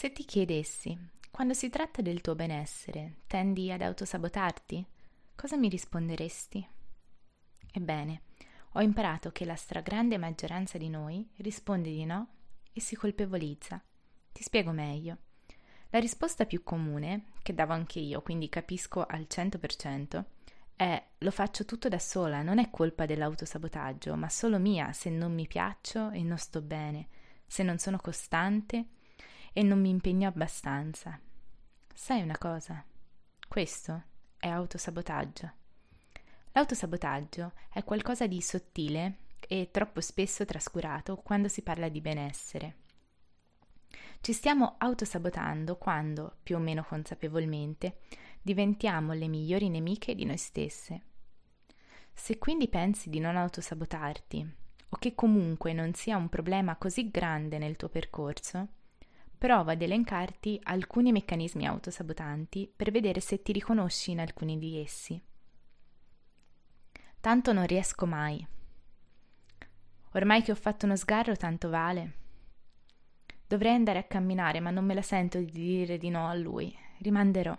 Se ti chiedessi, quando si tratta del tuo benessere, tendi ad autosabotarti? Cosa mi risponderesti? Ebbene, ho imparato che la stragrande maggioranza di noi risponde di no e si colpevolizza. Ti spiego meglio. La risposta più comune, che davo anche io, quindi capisco al 100%, è: lo faccio tutto da sola, non è colpa dell'autosabotaggio, ma solo mia se non mi piaccio e non sto bene, se non sono costante e non mi impegno abbastanza. Sai una cosa? Questo è autosabotaggio. L'autosabotaggio è qualcosa di sottile e troppo spesso trascurato quando si parla di benessere. Ci stiamo autosabotando quando, più o meno consapevolmente, diventiamo le migliori nemiche di noi stesse. Se quindi pensi di non autosabotarti, o che comunque non sia un problema così grande nel tuo percorso, prova ad elencarti alcuni meccanismi autosabotanti per vedere se ti riconosci in alcuni di essi. Tanto non riesco mai. Ormai che ho fatto uno sgarro, tanto vale. Dovrei andare a camminare, ma non me la sento di dire di no a lui. Rimanderò.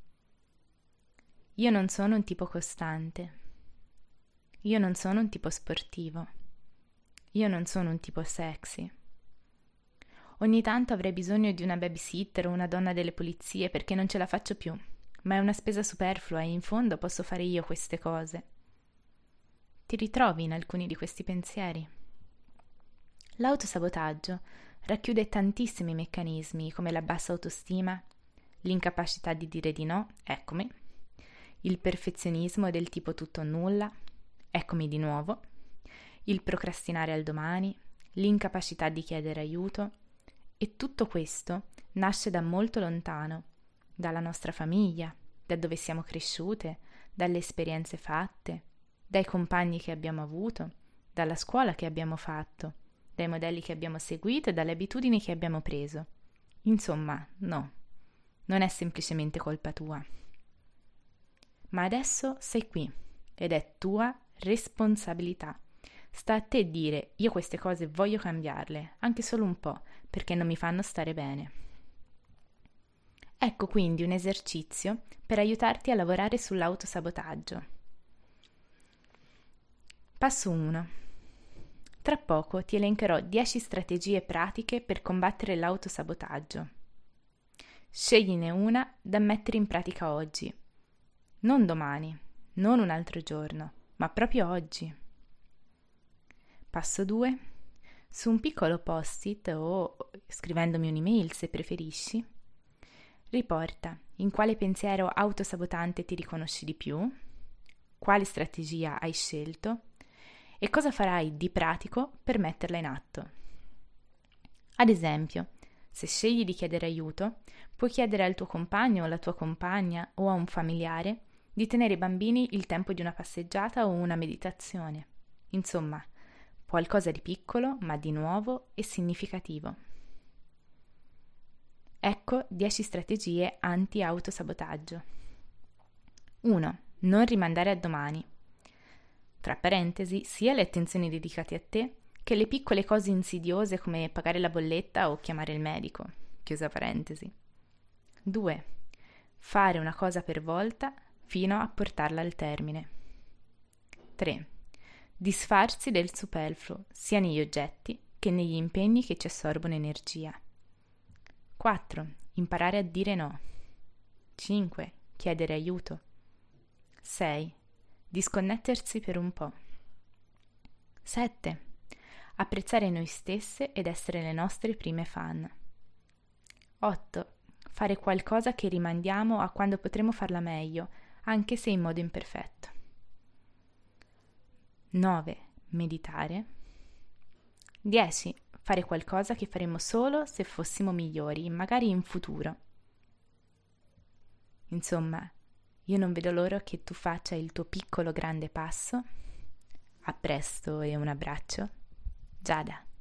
Io non sono un tipo costante. Io non sono un tipo sportivo. Io non sono un tipo sexy. Ogni tanto avrei bisogno di una babysitter o una donna delle pulizie perché non ce la faccio più, ma è una spesa superflua e in fondo posso fare io queste cose. Ti ritrovi in alcuni di questi pensieri? L'autosabotaggio racchiude tantissimi meccanismi come la bassa autostima, l'incapacità di dire di no, eccomi, il perfezionismo del tipo tutto o nulla, eccomi di nuovo, il procrastinare al domani, l'incapacità di chiedere aiuto, e tutto questo nasce da molto lontano, dalla nostra famiglia, da dove siamo cresciute, dalle esperienze fatte, dai compagni che abbiamo avuto, dalla scuola che abbiamo fatto, dai modelli che abbiamo seguito e dalle abitudini che abbiamo preso. Insomma, no, non è semplicemente colpa tua. Ma adesso sei qui ed è tua responsabilità. Sta a te dire: io queste cose voglio cambiarle, anche solo un po', perché non mi fanno stare bene. Ecco quindi un esercizio per aiutarti a lavorare sull'autosabotaggio. Passo 1. Tra poco ti elencherò 10 strategie pratiche per combattere l'autosabotaggio. Scegliene una da mettere in pratica oggi. Non domani, non un altro giorno, ma proprio oggi. Passo 2. Su un piccolo post-it o scrivendomi un'email se preferisci, riporta in quale pensiero autosabotante ti riconosci di più, quale strategia hai scelto e cosa farai di pratico per metterla in atto. Ad esempio, se scegli di chiedere aiuto, puoi chiedere al tuo compagno o alla tua compagna o a un familiare di tenere i bambini il tempo di una passeggiata o una meditazione. Insomma, qualcosa di piccolo, ma di nuovo e significativo. Ecco 10 strategie anti-autosabotaggio. 1. Non rimandare a domani. Tra parentesi, sia le attenzioni dedicate a te che le piccole cose insidiose come pagare la bolletta o chiamare il medico. Chiusa parentesi. 2. Fare una cosa per volta fino a portarla al termine. 3. Disfarsi del superfluo, sia negli oggetti che negli impegni che ci assorbono energia. 4. Imparare a dire no. 5. Chiedere aiuto. 6. Disconnettersi per un po'. 7. Apprezzare noi stesse ed essere le nostre prime fan. 8. Fare qualcosa che rimandiamo a quando potremo farla meglio, anche se in modo imperfetto. 9. Meditare. 10. Fare qualcosa che faremo solo se fossimo migliori, magari in futuro. Insomma, io non vedo l'ora che tu faccia il tuo piccolo grande passo. A presto e un abbraccio. Giada.